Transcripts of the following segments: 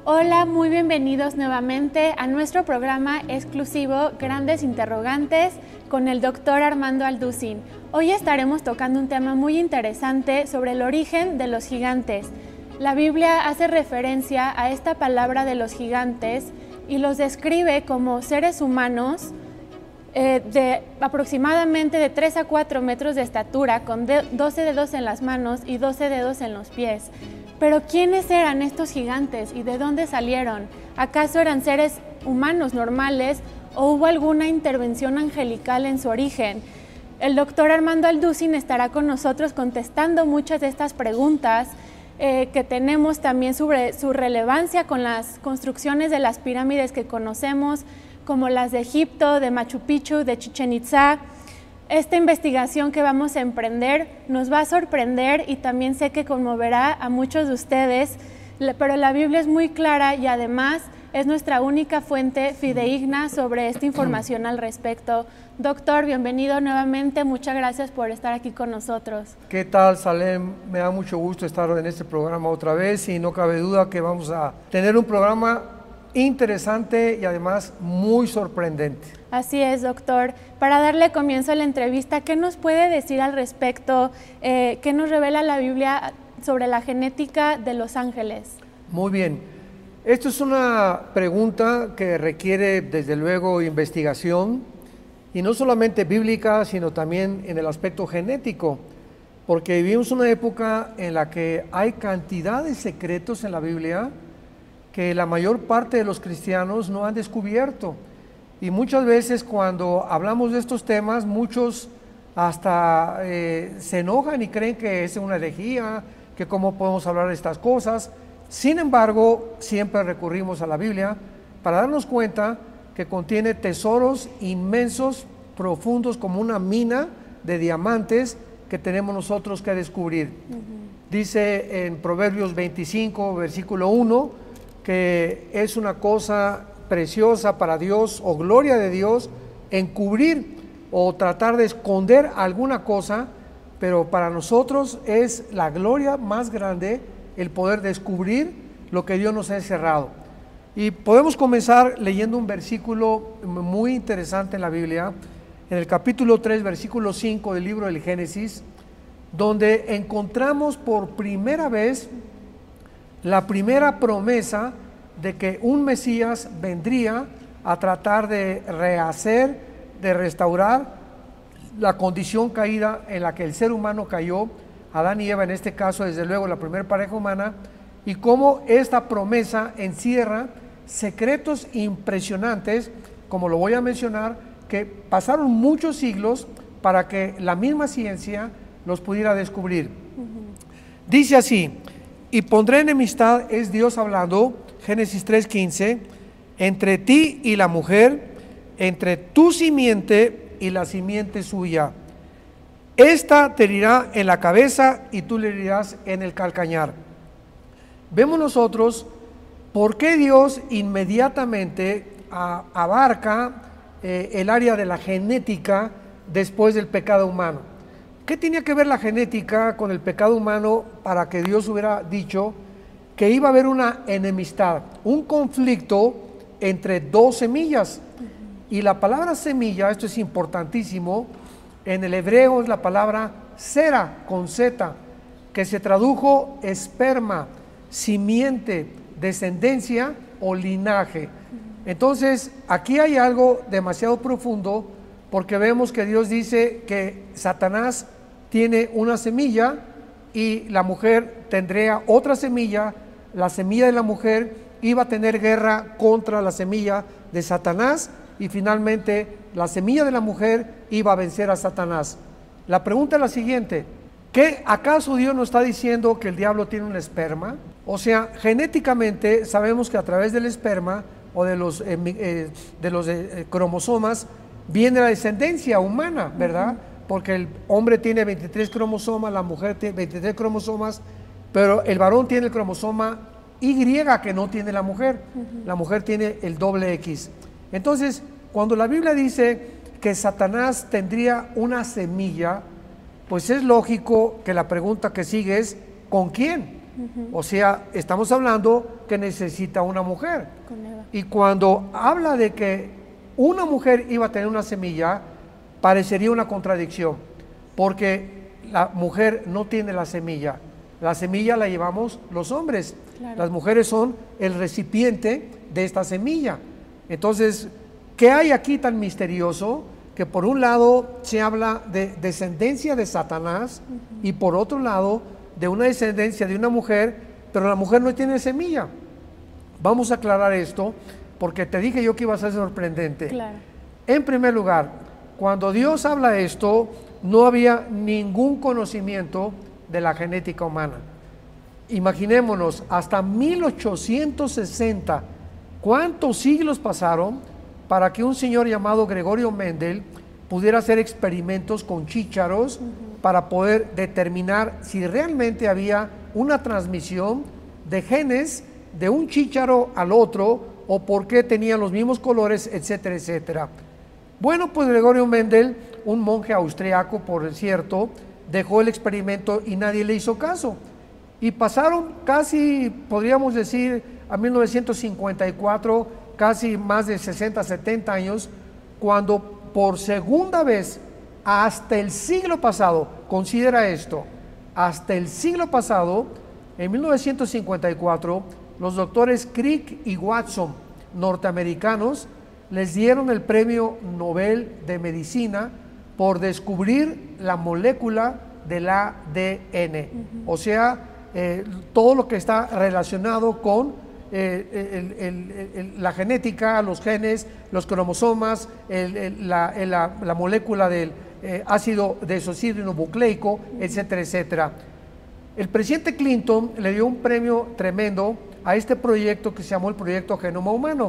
Hola, muy bienvenidos nuevamente a nuestro programa exclusivo Grandes Interrogantes con el doctor Armando Alducin. Hoy estaremos tocando un tema muy interesante sobre el origen de los gigantes. La Biblia hace referencia a esta palabra de los gigantes y los describe como seres humanos de aproximadamente de 3 a 4 metros de estatura, con 12 dedos en las manos y 12 dedos en los pies. Pero ¿quiénes eran estos gigantes y de dónde salieron? ¿Acaso eran seres humanos normales o hubo alguna intervención angelical en su origen? El doctor Armando Alducin estará con nosotros contestando muchas de estas preguntas que tenemos también sobre su relevancia con las construcciones de las pirámides que conocemos, como las de Egipto, de Machu Picchu, de Chichén Itzá. Esta investigación que vamos a emprender nos va a sorprender y también sé que conmoverá a muchos de ustedes, pero la Biblia es muy clara y además es nuestra única fuente fidedigna sobre esta información al respecto. Doctor, bienvenido nuevamente, muchas gracias por estar aquí con nosotros. ¿Qué tal, Salem? Me da mucho gusto estar en este programa otra vez y no cabe duda que vamos a tener un programa interesante y además muy sorprendente. Así es, doctor. Para darle comienzo a la entrevista, ¿qué nos puede decir al respecto? ¿Qué nos revela la Biblia sobre la genética de los ángeles? Muy bien. Esto es una pregunta que requiere, desde luego, investigación, y no solamente bíblica, sino también en el aspecto genético, porque vivimos una época en la que hay cantidad de secretos en la Biblia que la mayor parte de los cristianos no han descubierto. Y muchas veces cuando hablamos de estos temas, muchos hasta se enojan y creen que es una herejía, que cómo podemos hablar de estas cosas. Sin embargo, siempre recurrimos a la Biblia para darnos cuenta que contiene tesoros inmensos, profundos, como una mina de diamantes que tenemos nosotros que descubrir. Dice en Proverbios 25, versículo 1, que es una cosa preciosa para Dios o gloria de Dios encubrir o tratar de esconder alguna cosa, pero para nosotros es la gloria más grande el poder descubrir lo que Dios nos ha encerrado. Y podemos comenzar leyendo un versículo muy interesante en la Biblia, en el capítulo 3, versículo 5 del libro del Génesis, donde encontramos por primera vez la primera promesa de que un Mesías vendría a tratar de rehacer, de restaurar la condición caída en la que el ser humano cayó, Adán y Eva en este caso, desde luego la primera pareja humana, y cómo esta promesa encierra secretos impresionantes, como lo voy a mencionar, que pasaron muchos siglos para que la misma ciencia los pudiera descubrir. Dice así: y pondré enemistad, es Dios hablando, Génesis 3:15, entre ti y la mujer, entre tu simiente y la simiente suya. Esta te herirá en la cabeza y tú le herirás en el calcañar. Vemos nosotros por qué Dios inmediatamente abarca el área de la genética después del pecado humano. ¿Qué tenía que ver la genética con el pecado humano para que Dios hubiera dicho que iba a haber una enemistad, un conflicto entre dos semillas? Y la palabra semilla, esto es importantísimo, en el hebreo es la palabra sera, con Z, que se tradujo esperma, simiente, descendencia o linaje. Entonces, aquí hay algo demasiado profundo, porque vemos que Dios dice que Satanás tiene una semilla y la mujer tendría otra semilla. La semilla de la mujer iba a tener guerra contra la semilla de Satanás y finalmente la semilla de la mujer iba a vencer a Satanás. La pregunta es la siguiente: ¿qué acaso Dios nos está diciendo que el diablo tiene un esperma? O sea, genéticamente sabemos que a través del esperma o de los cromosomas viene la descendencia humana, ¿verdad? Porque el hombre tiene 23 cromosomas, la mujer tiene 23 cromosomas, pero el varón tiene el cromosoma Y que no tiene la mujer. La mujer tiene el doble X. Entonces, cuando la Biblia dice que Satanás tendría una semilla, pues es lógico que la pregunta que sigue es ¿con quién? O sea, estamos hablando que necesita una mujer. Con Eva. Y cuando habla de que una mujer iba a tener una semilla, parecería una contradicción, porque la mujer no tiene la semilla la llevamos los hombres. Claro. Las mujeres son el recipiente de esta semilla. Entonces, ¿qué hay aquí tan misterioso? Que por un lado se habla de descendencia de Satanás y por otro lado de una descendencia de una mujer, pero la mujer no tiene semilla. Vamos a aclarar esto porque te dije yo que iba a ser sorprendente. Claro. En primer lugar, cuando Dios habla esto, no había ningún conocimiento de la genética humana. Imaginémonos, hasta 1860, ¿cuántos siglos pasaron para que un señor llamado Gregorio Mendel pudiera hacer experimentos con chícharos para poder determinar si realmente había una transmisión de genes de un chícharo al otro o por qué tenían los mismos colores, etcétera, etcétera? Bueno, pues Gregorio Mendel, un monje austriaco, por cierto, dejó el experimento y nadie le hizo caso. Y pasaron casi, podríamos decir, a 1954, casi más de 60, 70 años, cuando por segunda vez, hasta el siglo pasado, considera esto, hasta el siglo pasado, en 1954, los doctores Crick y Watson, norteamericanos, les dieron el premio Nobel de Medicina por descubrir la molécula del ADN, o sea, todo lo que está relacionado con la genética, los genes, los cromosomas, la molécula del ácido desoxirribonucleico, etcétera, etcétera. El presidente Clinton le dio un premio tremendo a este proyecto que se llamó el Proyecto Genoma Humano.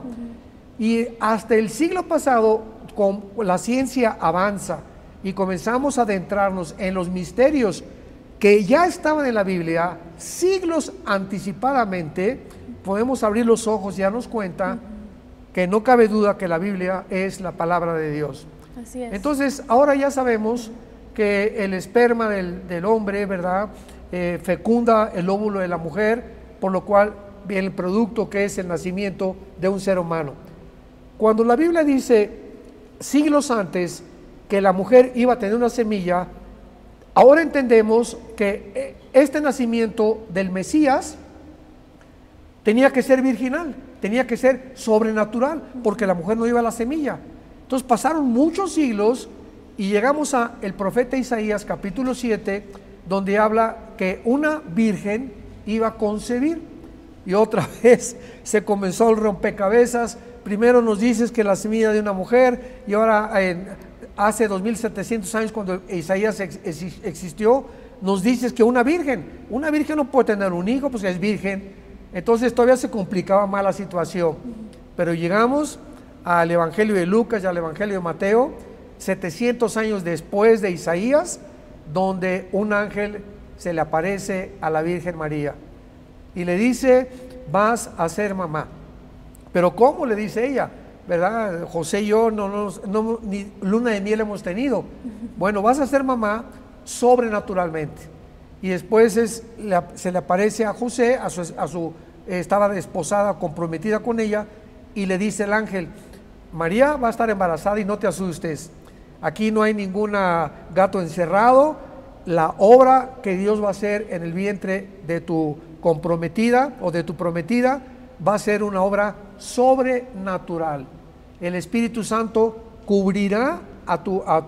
Y hasta el siglo pasado, con la ciencia avanza y comenzamos a adentrarnos en los misterios que ya estaban en la Biblia, siglos anticipadamente, podemos abrir los ojos y darnos cuenta que no cabe duda que la Biblia es la palabra de Dios. Así es. Entonces, ahora ya sabemos que el esperma del hombre, ¿verdad?, fecunda el óvulo de la mujer, por lo cual viene el producto que es el nacimiento de un ser humano. Cuando la Biblia dice siglos antes que la mujer iba a tener una semilla, ahora entendemos que este nacimiento del Mesías tenía que ser virginal, tenía que ser sobrenatural, porque la mujer no iba a la semilla. Entonces pasaron muchos siglos y llegamos a el profeta Isaías capítulo 7, donde habla que una virgen iba a concebir. Y otra vez se comenzó el rompecabezas. Primero nos dices que la semilla de una mujer, y ahora hace 2700 años cuando Isaías existió, nos dices que una virgen no puede tener un hijo, pues es virgen. Entonces todavía se complicaba más la situación. Pero llegamos al Evangelio de Lucas y al Evangelio de Mateo, 700 años después de Isaías, donde un ángel se le aparece a la Virgen María y le dice: vas a ser mamá. Pero ¿cómo? Le dice ella, ¿verdad? José y yo ni luna de miel hemos tenido. Bueno, vas a ser mamá sobrenaturalmente. Y después se le aparece a José, estaba desposada, comprometida con ella, y le dice el ángel: María va a estar embarazada y no te asustes. Aquí no hay ningún gato encerrado. La obra que Dios va a hacer en el vientre de tu comprometida o de tu prometida va a ser una obra sobrenatural. El Espíritu Santo cubrirá a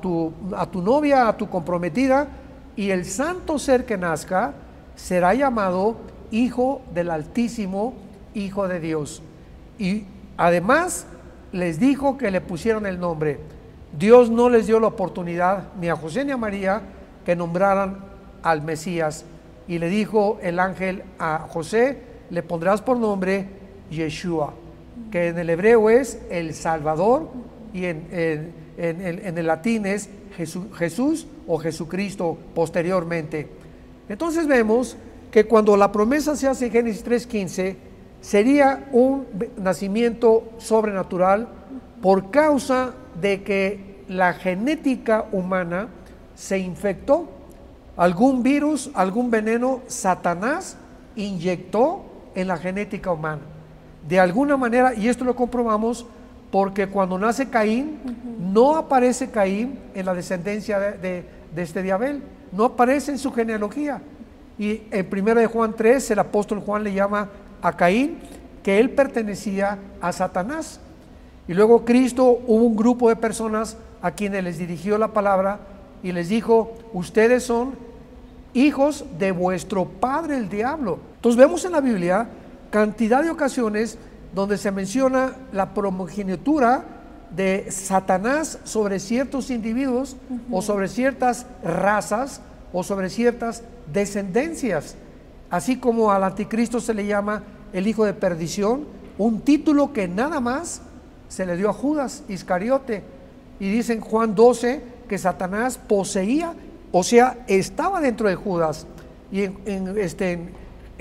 tu novia, a tu comprometida, y el santo ser que nazca será llamado Hijo del Altísimo, Hijo de Dios. Y además les dijo que le pusieran el nombre. Dios no les dio la oportunidad ni a José ni a María que nombraran al Mesías, y le dijo el ángel a José: le pondrás por nombre Yeshua, que en el hebreo es el Salvador, y en el latín es Jesús o Jesucristo posteriormente. Entonces vemos que cuando la promesa se hace en Génesis 3:15, sería un nacimiento sobrenatural por causa de que la genética humana se infectó. Algún virus, algún veneno, Satanás inyectó en la genética humana. De alguna manera, y esto lo comprobamos porque cuando nace Caín, no aparece Caín en la descendencia de Abel, no aparece en su genealogía. Y en 1 de Juan 3, el apóstol Juan le llama a Caín que él pertenecía a Satanás. Y luego Cristo, hubo un grupo de personas a quienes les dirigió la palabra y les dijo: ustedes son hijos de vuestro padre el diablo. Entonces vemos en la Biblia cantidad de ocasiones donde se menciona la primogenitura de Satanás sobre ciertos individuos o sobre ciertas razas o sobre ciertas descendencias, así como al anticristo se le llama el hijo de perdición, un título que nada más se le dio a Judas Iscariote. Y dice en Juan 12 que Satanás poseía, o sea, estaba dentro de Judas. Y en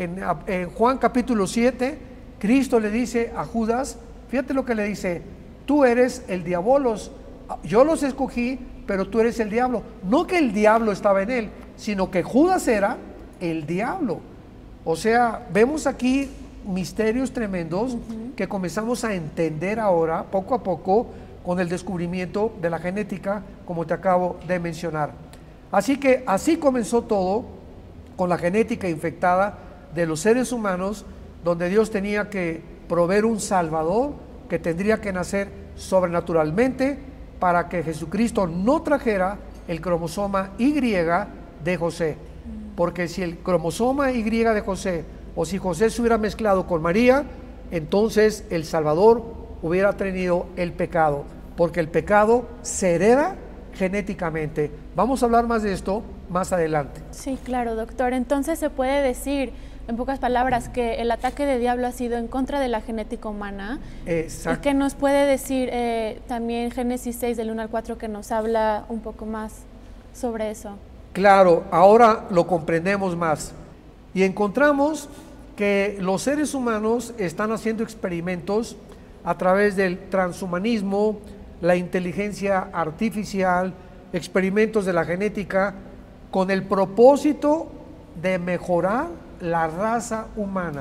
Juan capítulo 7, Cristo le dice a Judas, fíjate lo que le dice: tú eres el diabolos, yo los escogí, pero tú eres el diablo. No que el diablo estaba en él, sino que Judas era el diablo. O sea, vemos aquí misterios tremendos que comenzamos a entender ahora, poco a poco, con el descubrimiento de la genética, como te acabo de mencionar. Así que así comenzó todo, con la genética infectada de los seres humanos, donde Dios tenía que proveer un Salvador que tendría que nacer sobrenaturalmente para que Jesucristo no trajera el cromosoma Y de José. Porque si el cromosoma Y de José, o si José se hubiera mezclado con María, entonces el Salvador hubiera tenido el pecado, porque el pecado se hereda genéticamente. Vamos a hablar más de esto más adelante. Sí, claro, doctor. Entonces se puede decir, en pocas palabras, que el ataque del diablo ha sido en contra de la genética humana. Exacto. ¿Y qué nos puede decir también Génesis 6, del 1 al 4, que nos habla un poco más sobre eso? Claro, ahora lo comprendemos más. Y encontramos que los seres humanos están haciendo experimentos a través del transhumanismo, la inteligencia artificial, experimentos de la genética, con el propósito de mejorar la raza humana.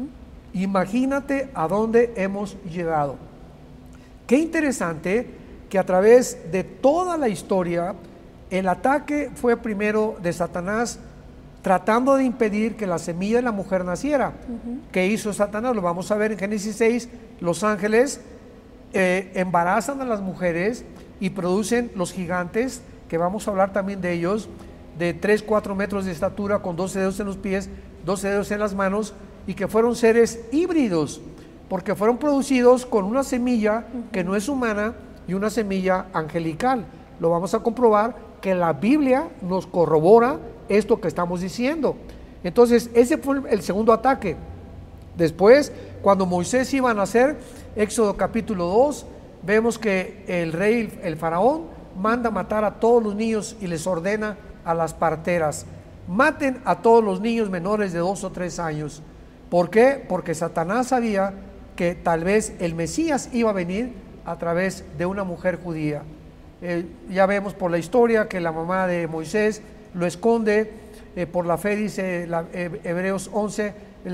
Imagínate a dónde hemos llegado. Qué interesante que a través de toda la historia el ataque fue primero de Satanás, tratando de impedir que la semilla de la mujer naciera. ¿Qué hizo Satanás? Lo vamos a ver en Génesis 6. Los ángeles embarazan a las mujeres y producen los gigantes, que vamos a hablar también de ellos, de 3-4 metros de estatura, con 12 dedos en los pies, 12 dedos en las manos, y que fueron seres híbridos, porque fueron producidos con una semilla que no es humana y una semilla angelical. Lo vamos a comprobar que la Biblia nos corrobora esto que estamos diciendo. Entonces, ese fue el segundo ataque. Después, cuando Moisés iba a nacer, Éxodo capítulo 2, vemos que el rey, el faraón, manda matar a todos los niños y les ordena a las parteras: maten a todos los niños menores de 2 o 3 años. ¿Por qué? Porque Satanás sabía que tal vez el Mesías iba a venir a través de una mujer judía. Ya vemos por la historia que la mamá de Moisés lo esconde, por la fe, dice Hebreos 11,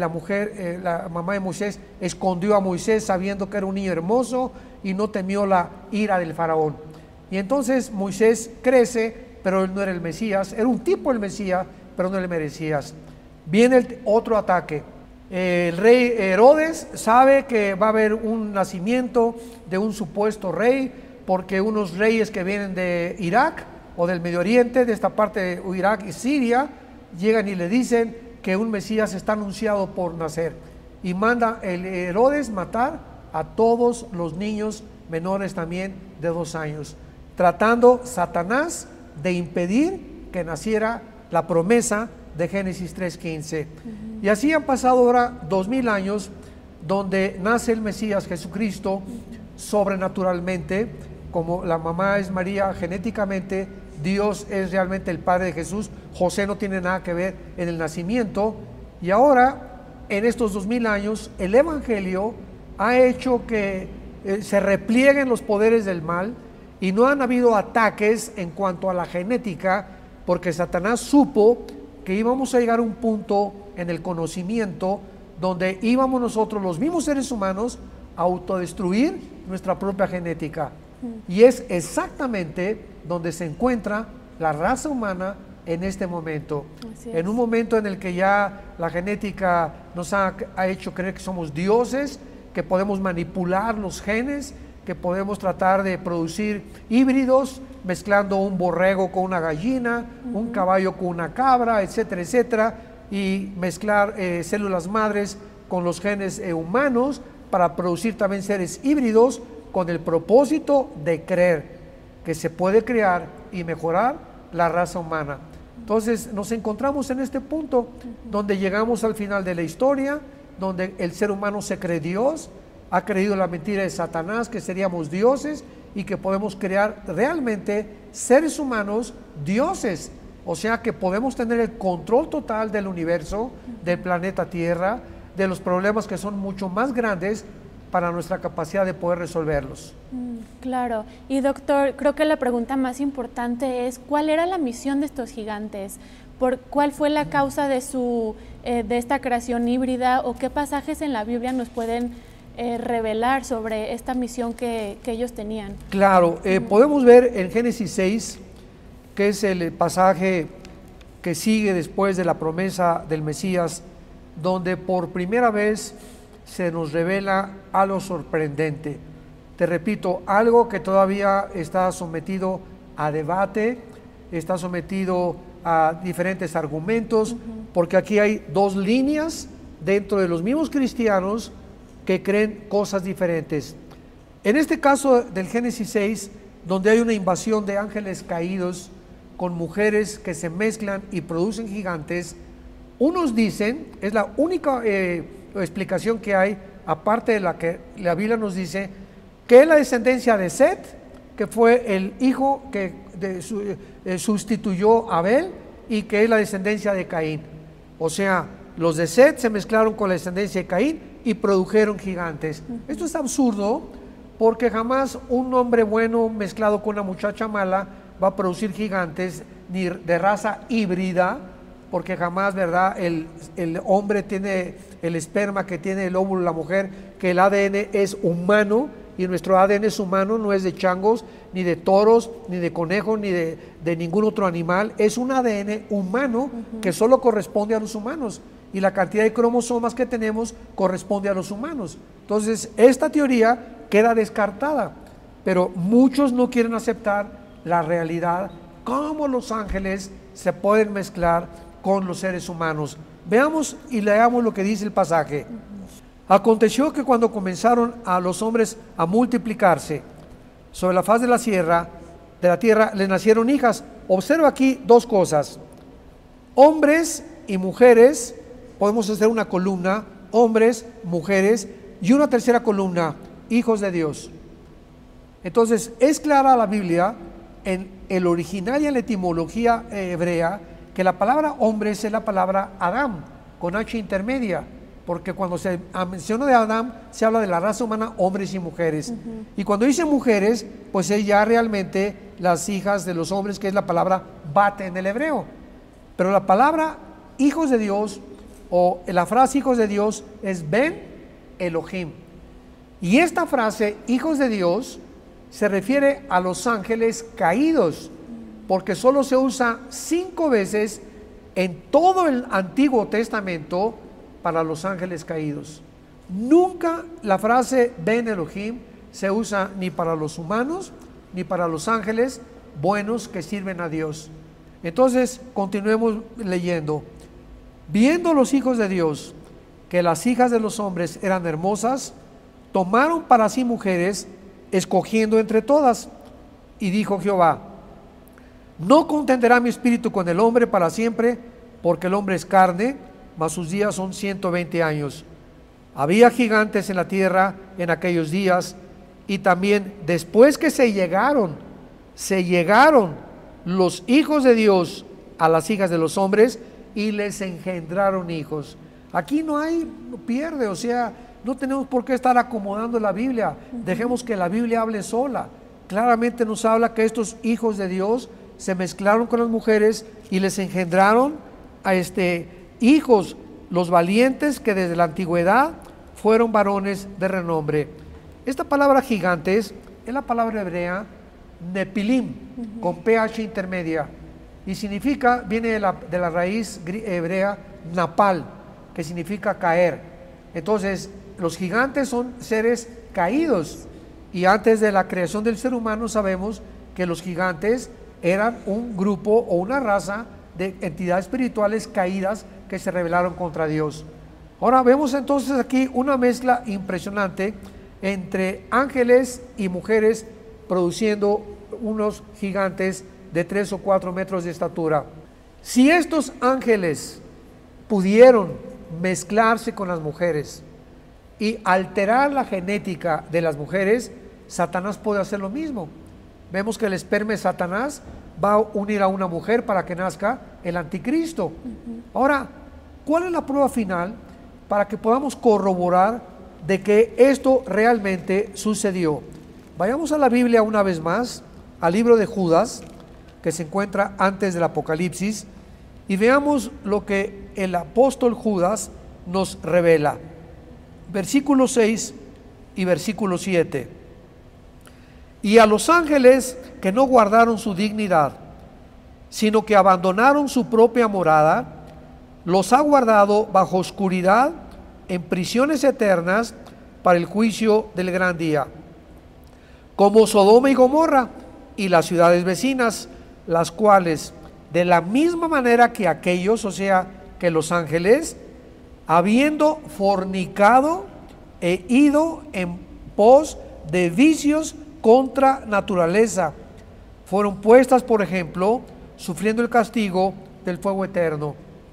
la mamá de Moisés escondió a Moisés sabiendo que era un niño hermoso y no temió la ira del faraón. Y entonces Moisés crece, pero él no era el Mesías, era un tipo el Mesías, pero no el Mesías. Viene otro ataque. El rey Herodes sabe que va a haber un nacimiento de un supuesto rey, porque unos reyes que vienen de Irak o del Medio Oriente, de esta parte de Irak y Siria, llegan y le dicen que un Mesías está anunciado por nacer, y manda el Herodes matar a todos los niños menores también de 2 años, tratando Satanás de impedir que naciera la promesa de Génesis 3:15. Y así han pasado ahora 2000 años, donde nace el Mesías Jesucristo sobrenaturalmente. Como la mamá es María genéticamente, Dios es realmente el padre de Jesús. José no tiene nada que ver en el nacimiento. Y ahora, en estos 2000 años, el Evangelio ha hecho que se replieguen los poderes del mal, y no han habido ataques en cuanto a la genética, porque Satanás supo que íbamos a llegar a un punto en el conocimiento donde íbamos nosotros, los mismos seres humanos, a autodestruir nuestra propia genética. Y es exactamente donde se encuentra la raza humana en este momento. En un momento en el que ya la genética nos ha hecho creer que somos dioses, que podemos manipular los genes, que podemos tratar de producir híbridos, mezclando un borrego con una gallina, un caballo con una cabra, etcétera, etcétera, y mezclar células madres con los genes humanos para producir también seres híbridos con el propósito de creer que se puede crear y mejorar la raza humana. Entonces nos encontramos en este punto donde llegamos al final de la historia, donde el ser humano se cree Dios, ha creído la mentira de Satanás, que seríamos dioses y que podemos crear realmente seres humanos dioses. O sea que podemos tener el control total del universo, del planeta Tierra, de los problemas que son mucho más grandes para nuestra capacidad de poder resolverlos. Claro. Y doctor, creo que la pregunta más importante es, ¿cuál era la misión de estos gigantes? ¿Cuál fue la causa de esta creación híbrida, o qué pasajes en la Biblia nos pueden revelar sobre esta misión que ellos tenían? Claro, podemos ver en Génesis 6, que es el pasaje que sigue después de la promesa del Mesías, donde por primera vez se nos revela algo sorprendente. Te repito, algo que todavía está sometido a debate, está sometido a diferentes argumentos, porque aquí hay dos líneas dentro de los mismos cristianos que creen cosas diferentes. En este caso del Génesis 6, donde hay una invasión de ángeles caídos con mujeres que se mezclan y producen gigantes, unos dicen, es la única explicación que hay, aparte de la que la Biblia nos dice, que es la descendencia de Set, que fue el hijo que sustituyó a Abel, y que es la descendencia de Caín. O sea, los de Set se mezclaron con la descendencia de Caín y produjeron gigantes. Esto es absurdo, porque jamás un hombre bueno mezclado con una muchacha mala va a producir gigantes, ni de raza híbrida, porque jamás, ¿verdad?, el hombre tiene el esperma que tiene el óvulo de la mujer, que el ADN es humano, y nuestro ADN es humano, no es de changos, ni de toros, ni de conejos, ni de ningún otro animal. Es un ADN humano que solo corresponde a los humanos, y la cantidad de cromosomas que tenemos corresponde a los humanos. Entonces, esta teoría queda descartada, pero muchos no quieren aceptar la realidad, cómo los ángeles se pueden mezclar con los seres humanos. Veamos y leamos lo que dice el pasaje. Aconteció que cuando comenzaron a los hombres a multiplicarse sobre la faz de la tierra, les nacieron hijas. Observa aquí dos cosas: hombres y mujeres. Podemos hacer una columna, hombres, mujeres, y una tercera columna, hijos de Dios. Entonces, es clara la Biblia en el original y en la etimología hebrea, que la palabra hombres es la palabra Adam, con H intermedia, porque cuando se menciona de Adam, se habla de la raza humana, hombres y mujeres. Y cuando dice mujeres, pues es ya realmente las hijas de los hombres, que es la palabra bat en el hebreo. Pero la palabra hijos de Dios, o la frase hijos de Dios, es Ben Elohim. Y esta frase, hijos de Dios, se refiere a los ángeles caídos, porque solo se usa 5 veces en todo el Antiguo Testamento para los ángeles caídos. Nunca la frase Ben Elohim se usa ni para los humanos ni para los ángeles buenos que sirven a Dios. Entonces, continuemos leyendo. Viendo los hijos de Dios que las hijas de los hombres eran hermosas, tomaron para sí mujeres, escogiendo entre todas. Y dijo Jehová: no contenderá mi espíritu con el hombre para siempre, porque el hombre es carne, mas sus días son 120 años. Había gigantes en la tierra en aquellos días, y también después que se llegaron los hijos de Dios a las hijas de los hombres, y les engendraron hijos. Aquí no pierde, o sea, no tenemos por qué estar acomodando la Biblia. Dejemos que la Biblia hable sola. Claramente nos habla que estos hijos de Dios se mezclaron con las mujeres y les engendraron hijos, los valientes que desde la antigüedad fueron varones de renombre. Esta palabra gigantes es la palabra hebrea Nepilim, con PH intermedia, y significa, viene de la raíz hebrea Napal, que significa caer. Entonces, los gigantes son seres caídos, y antes de la creación del ser humano sabemos que los gigantes eran un grupo o una raza de entidades espirituales caídas que se rebelaron contra Dios. Ahora vemos entonces aquí una mezcla impresionante entre ángeles y mujeres, produciendo unos gigantes de 3 o 4 metros de estatura. Si estos ángeles pudieron mezclarse con las mujeres y alterar la genética de las mujeres, Satanás puede hacer lo mismo. Vemos que el esperma de Satanás va a unir a una mujer para que nazca el anticristo. Ahora, ¿cuál es la prueba final para que podamos corroborar de que esto realmente sucedió? Vayamos a la Biblia una vez más, al libro de Judas, que se encuentra antes del Apocalipsis, y veamos lo que el apóstol Judas nos revela. Versículo 6 y versículo 7. Y a los ángeles que no guardaron su dignidad, sino que abandonaron su propia morada, los ha guardado bajo oscuridad en prisiones eternas para el juicio del gran día, como Sodoma y Gomorra y las ciudades vecinas, las cuales de la misma manera que aquellos, o sea, que los ángeles, habiendo fornicado e ido en pos de vicios contra naturaleza, fueron puestas, por ejemplo, sufriendo el castigo del fuego eterno.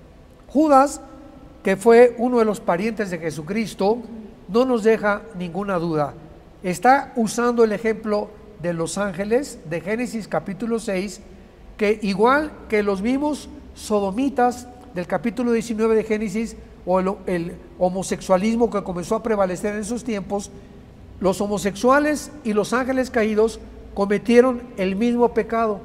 Judas, que fue uno de los parientes de Jesucristo, no nos deja ninguna duda. Está usando el ejemplo de los ángeles de Génesis capítulo 6, que igual que los mismos sodomitas del capítulo 19 de Génesis, o el homosexualismo que comenzó a prevalecer en esos tiempos, los homosexuales y los ángeles caídos cometieron el mismo pecado.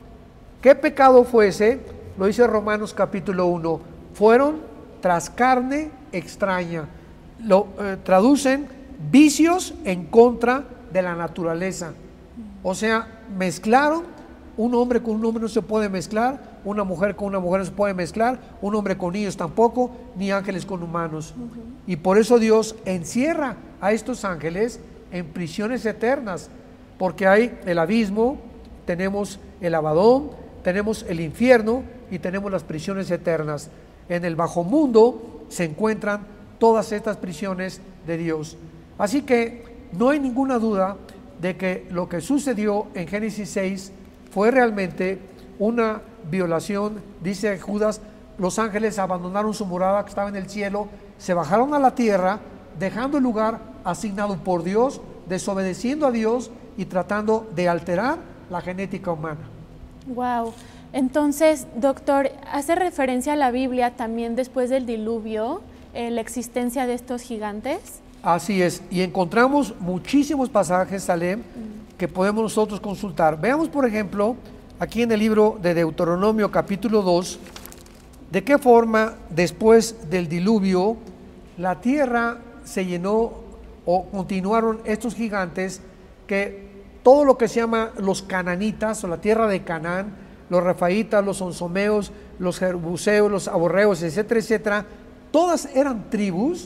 ¿Qué pecado fue ese? Lo dice Romanos capítulo 1. Fueron tras carne extraña. Lo traducen vicios en contra de la naturaleza. O sea, mezclaron. Un hombre con un hombre no se puede mezclar, una mujer con una mujer no se puede mezclar, un hombre con niños tampoco, ni ángeles con humanos. Y por eso Dios encierra a estos ángeles en prisiones eternas, porque hay el abismo, tenemos el Abadón, tenemos el infierno y tenemos las prisiones eternas. En el bajo mundo se encuentran todas estas prisiones de Dios. Así que no hay ninguna duda de que lo que sucedió en Génesis 6 fue realmente una violación. Dice Judas, los ángeles abandonaron su morada que estaba en el cielo, se bajaron a la tierra, dejando el lugar asignado por Dios, desobedeciendo a Dios y tratando de alterar la genética humana. Wow. Entonces, doctor, ¿hace referencia a la Biblia también después del diluvio, la existencia de estos gigantes? Así es, y encontramos muchísimos pasajes, Salem, que podemos nosotros consultar. Veamos, por ejemplo, aquí en el libro de Deuteronomio capítulo 2, de qué forma después del diluvio la tierra se llenó o continuaron estos gigantes, que todo lo que se llama los cananitas o la tierra de Canaán, los refaitas, los onsomeos, los jebuseos, los amorreos, etcétera, etcétera, todas eran tribus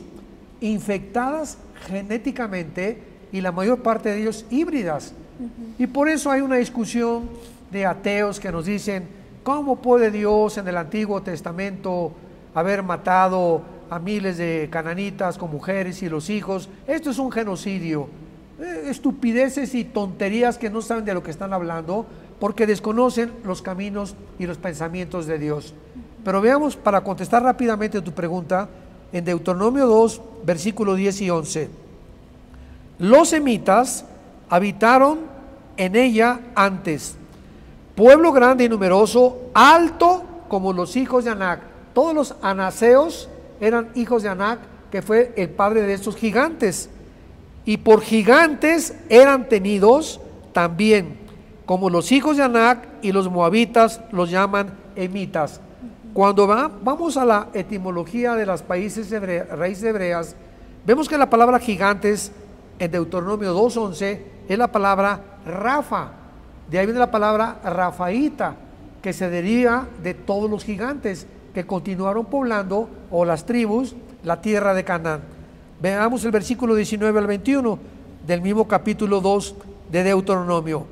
infectadas genéticamente y la mayor parte de ellos híbridas. Y por eso hay una discusión de ateos que nos dicen, ¿cómo puede Dios en el Antiguo Testamento haber matado a miles de cananitas con mujeres y los hijos? Esto es un genocidio. Estupideces y tonterías que no saben de lo que están hablando, porque desconocen los caminos y los pensamientos de Dios. Pero veamos, para contestar rápidamente tu pregunta, en Deuteronomio 2, versículo 10 y 11. Los semitas habitaron en ella antes, pueblo grande y numeroso, alto como los hijos de Anac. Todos los anaseos eran hijos de Anac, que fue el padre de estos gigantes, y por gigantes eran tenidos también, como los hijos de Anac, y los moabitas los llaman emitas. Cuando vamos a la etimología de las raíces hebreas, vemos que la palabra gigantes en Deuteronomio 2:11 es la palabra Rafa. De ahí viene la palabra Rafaíta, que se deriva de todos los gigantes que continuaron poblando, o las tribus, la tierra de Canaán. Veamos el versículo 19 al 21 del mismo capítulo 2 de Deuteronomio.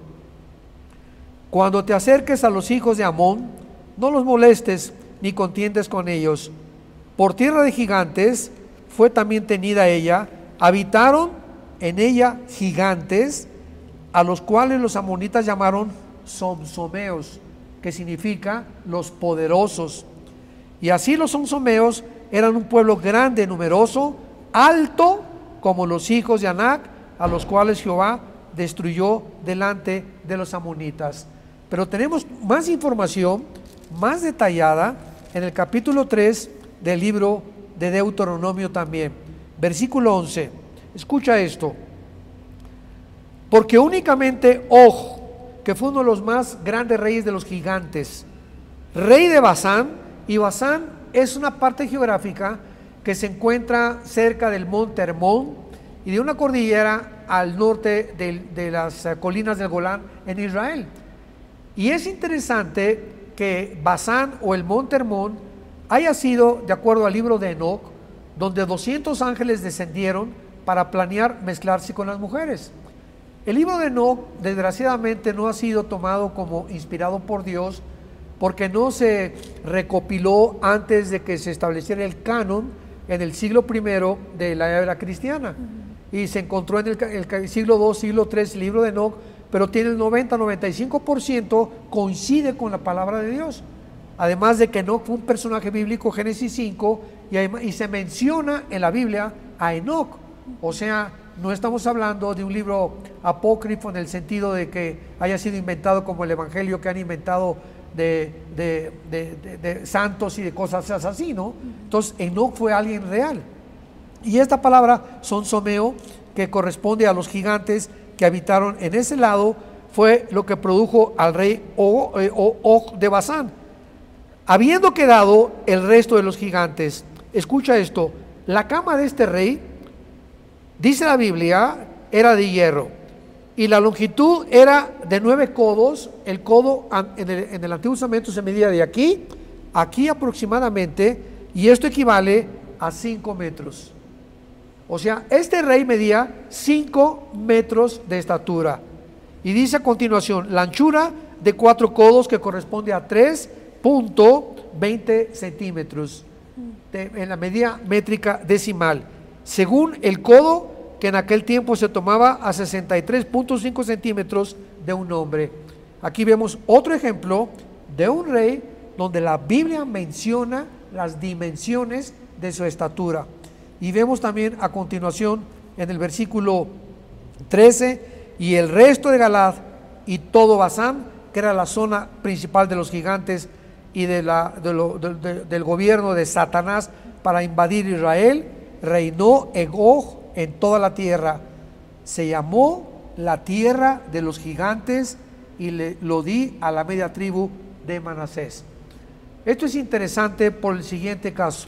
Cuando te acerques a los hijos de Amón, no los molestes ni contiendes con ellos. Por tierra de gigantes fue también tenida ella, habitaron en ella gigantes, a los cuales los amonitas llamaron somsomeos, que significa los poderosos. Y así los somsomeos eran un pueblo grande, numeroso, alto, como los hijos de Anac, a los cuales Jehová destruyó delante de los amonitas. Pero tenemos más información, más detallada, en el capítulo 3 del libro de Deuteronomio también. Versículo 11. Escucha esto. Porque únicamente Og, que fue uno de los más grandes reyes de los gigantes, rey de Basán, y Basán es una parte geográfica que se encuentra cerca del monte Hermón y de una cordillera al norte de las colinas del Golán en Israel. Y es interesante que Basán o el monte Hermón haya sido, de acuerdo al libro de Enoc, donde 200 ángeles descendieron para planear mezclarse con las mujeres. El libro de Enoc, desgraciadamente, no ha sido tomado como inspirado por Dios, porque no se recopiló antes de que se estableciera el canon en el siglo I de la era cristiana. Y se encontró en el siglo II, siglo III, el libro de Enoc, pero tiene el 90-95% coincide con la palabra de Dios. Además de que Enoc fue un personaje bíblico, Génesis 5, y se menciona en la Biblia a Enoc. O sea, no estamos hablando de un libro apócrifo en el sentido de que haya sido inventado como el evangelio que han inventado de santos y de cosas así, ¿no? Entonces, Enoc fue alguien real. Y esta palabra, sonsomeo, que corresponde a los gigantes que habitaron en ese lado, fue lo que produjo al rey Og de Basán. Habiendo quedado el resto de los gigantes, escucha esto, la cama de este rey, dice la Biblia, era de hierro, y la longitud era de 9 codos. El codo en el Antiguo Testamento se medía de aquí a aquí aproximadamente, y esto equivale a 5 metros. O sea, este rey medía 5 metros de estatura. Y dice a continuación, la anchura de 4 codos, que corresponde a 3.20 centímetros en la medida métrica decimal, según el codo que en aquel tiempo se tomaba a 63.5 centímetros de un hombre. Aquí vemos otro ejemplo de un rey donde la Biblia menciona las dimensiones de su estatura. Y vemos también a continuación en el versículo 13, y el resto de Galaad y todo Basán, que era la zona principal de los gigantes y del gobierno de Satanás para invadir Israel, reinó Og en toda la tierra. Se llamó la tierra de los gigantes y lo di a la media tribu de Manasés. Esto es interesante por el siguiente caso.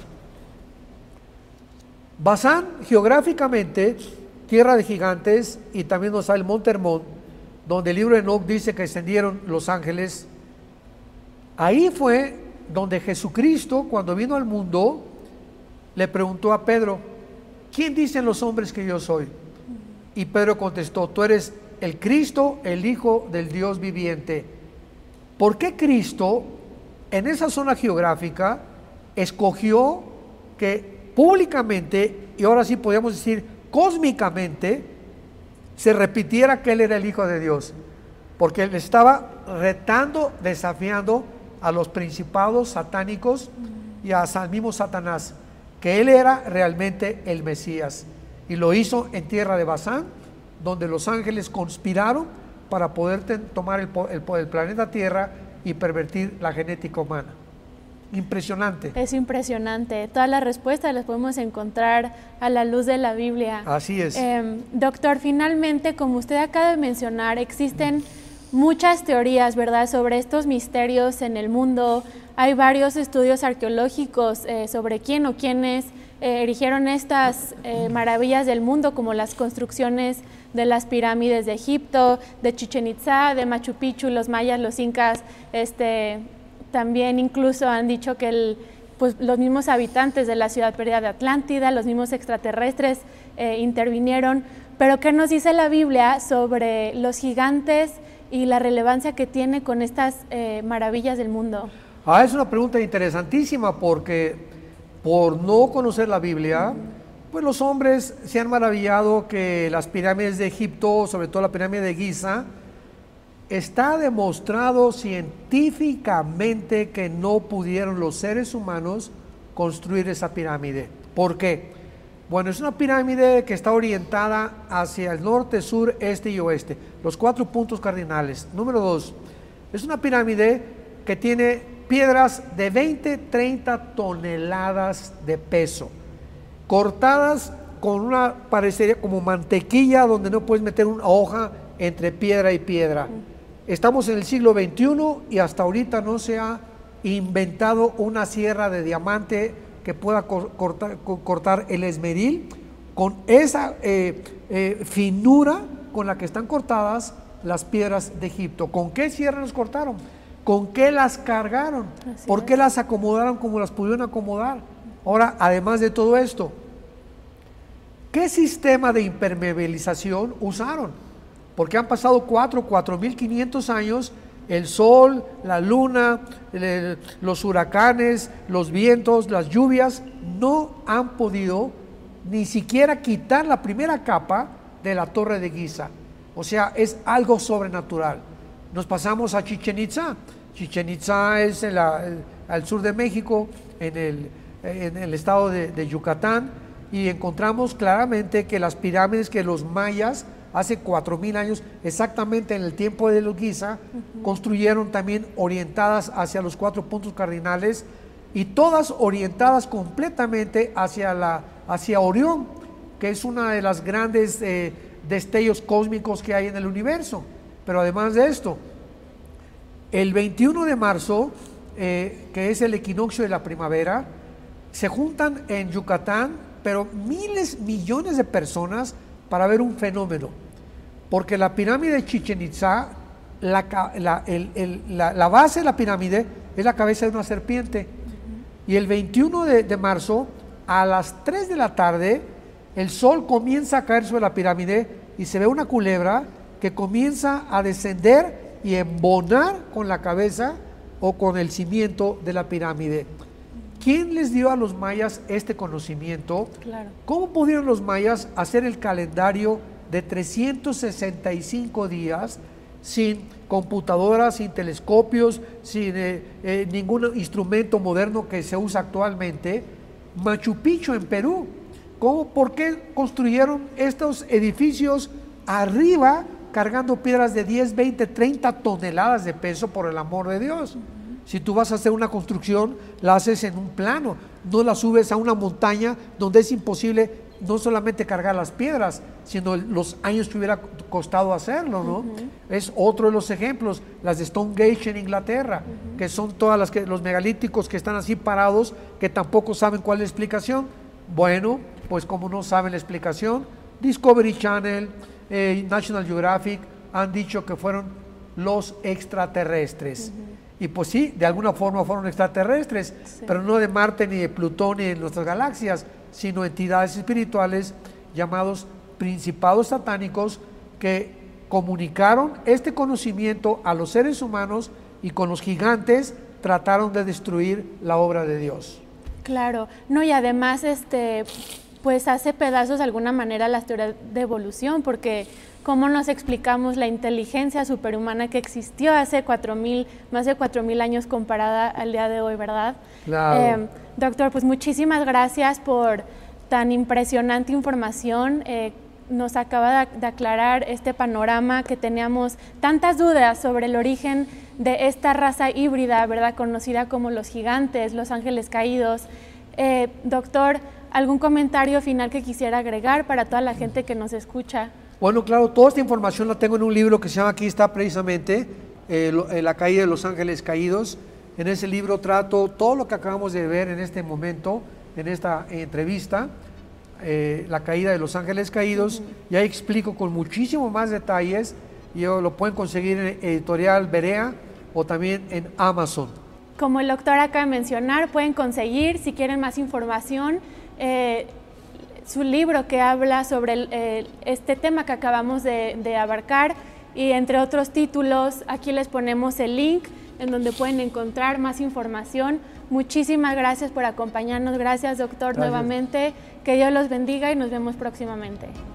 Basán, geográficamente, tierra de gigantes, y también nos da el monte Hermón, donde el libro de Enoc dice que descendieron los ángeles. Ahí fue donde Jesucristo, cuando vino al mundo, le preguntó a Pedro, ¿quién dicen los hombres que yo soy? Y Pedro contestó, tú eres el Cristo, el Hijo del Dios viviente. ¿Por qué Cristo en esa zona geográfica escogió que públicamente, y ahora sí podríamos decir cósmicamente, se repitiera que Él era el Hijo de Dios? Porque Él estaba retando, desafiando a los principados satánicos y al mismo Satanás, que Él era realmente el Mesías. Y lo hizo en tierra de Basán, donde los ángeles conspiraron para poder tomar el planeta Tierra y pervertir la genética humana. Impresionante. Es impresionante. Todas las respuestas las podemos encontrar a la luz de la Biblia. Así es. Doctor, finalmente, como usted acaba de mencionar, existen muchas teorías, ¿verdad?, sobre estos misterios en el mundo. Hay varios estudios arqueológicos sobre quién o quiénes erigieron estas maravillas del mundo, como las construcciones de las pirámides de Egipto, de Chichén Itzá, de Machu Picchu, los mayas, los incas. También incluso han dicho que pues, los mismos habitantes de la ciudad perdida de Atlántida, los mismos extraterrestres intervinieron. Pero ¿qué nos dice la Biblia sobre los gigantes y la relevancia que tiene con estas maravillas del mundo? Es una pregunta interesantísima, porque por no conocer la Biblia, pues los hombres se han maravillado que las pirámides de Egipto, sobre todo la pirámide de Giza, está demostrado científicamente que no pudieron los seres humanos construir esa pirámide. ¿Por qué? Bueno, es una pirámide que está orientada hacia el norte, sur, este y oeste, los 4 puntos cardinales. Número 2, es una pirámide que tiene piedras de 20-30 toneladas de peso, cortadas con una, parecería como mantequilla, donde no puedes meter una hoja entre piedra y piedra. Estamos en el siglo XXI y hasta ahorita no se ha inventado una sierra de diamante que pueda cortar el esmeril con esa finura con la que están cortadas las piedras de Egipto. ¿Con qué sierra las cortaron? ¿Con qué las cargaron? ¿Por qué las acomodaron como las pudieron acomodar? Ahora, además de todo esto, ¿qué sistema de impermeabilización usaron? Porque han pasado 4.500 años, el sol, la luna, los huracanes, los vientos, las lluvias, no han podido ni siquiera quitar la primera capa de la Torre de Giza. O sea, es algo sobrenatural. Nos pasamos a Chichén Itzá. Chichén Itzá es al sur de México, en el estado de Yucatán, y encontramos claramente que las pirámides que los mayas hace 4.000 años, exactamente en el tiempo de los Giza, construyeron también orientadas hacia los 4 puntos cardinales, y todas orientadas completamente hacia Orión, que es una de las grandes destellos cósmicos que hay en el universo. Pero además de esto, el 21 de marzo, que es el equinoccio de la primavera, se juntan en Yucatán, pero miles, millones de personas para ver un fenómeno. Porque la pirámide de Chichén Itzá, la base de la pirámide es la cabeza de una serpiente. Y el 21 de marzo, a las 3 de la tarde, el sol comienza a caer sobre la pirámide y se ve una culebra que comienza a descender y embonar con la cabeza o con el cimiento de la pirámide. ¿Quién les dio a los mayas este conocimiento? Claro. ¿Cómo pudieron los mayas hacer el calendario de 365 días sin computadoras, sin telescopios, sin ningún instrumento moderno que se usa actualmente? Machu Picchu en Perú. ¿Por qué construyeron estos edificios arriba cargando piedras de 10, 20, 30 toneladas de peso, por el amor de Dios? Si tú vas a hacer una construcción, la haces en un plano, no la subes a una montaña donde es imposible no solamente cargar las piedras, sino los años que hubiera costado hacerlo, ¿no? Es otro de los ejemplos, las de Stonehenge en Inglaterra, que son todas los megalíticos que están así parados, que tampoco saben cuál es la explicación. Bueno, pues como no saben la explicación, Discovery Channel, National Geographic han dicho que fueron los extraterrestres. Y pues sí, de alguna forma fueron extraterrestres, pero no de Marte ni de Plutón ni de nuestras galaxias, sino entidades espirituales llamados principados satánicos, que comunicaron este conocimiento a los seres humanos y con los gigantes trataron de destruir la obra de Dios. Claro, no, y además pues hace pedazos de alguna manera las teorías de evolución, porque ¿cómo nos explicamos la inteligencia superhumana que existió hace más de 4.000 años comparada al día de hoy, verdad? Claro. Doctor, pues muchísimas gracias por tan impresionante información. Nos acaba de aclarar este panorama que teníamos tantas dudas sobre el origen de esta raza híbrida, ¿verdad?, conocida como los gigantes, los ángeles caídos. Doctor, ¿algún comentario final que quisiera agregar para toda la gente que nos escucha? Bueno, claro, toda esta información la tengo en un libro que se llama, aquí está precisamente, La caída de los ángeles caídos. En ese libro trato todo lo que acabamos de ver en este momento, en esta entrevista, la caída de los ángeles caídos. Ya explico con muchísimo más detalles, y lo pueden conseguir en Editorial Berea o también en Amazon. Como el doctor acaba de mencionar, pueden conseguir, si quieren más información, su libro que habla sobre este tema que acabamos de abarcar, y entre otros títulos. Aquí les ponemos el link en donde pueden encontrar más información. Muchísimas gracias por acompañarnos. Gracias, doctor, nuevamente. Que Dios los bendiga y nos vemos próximamente.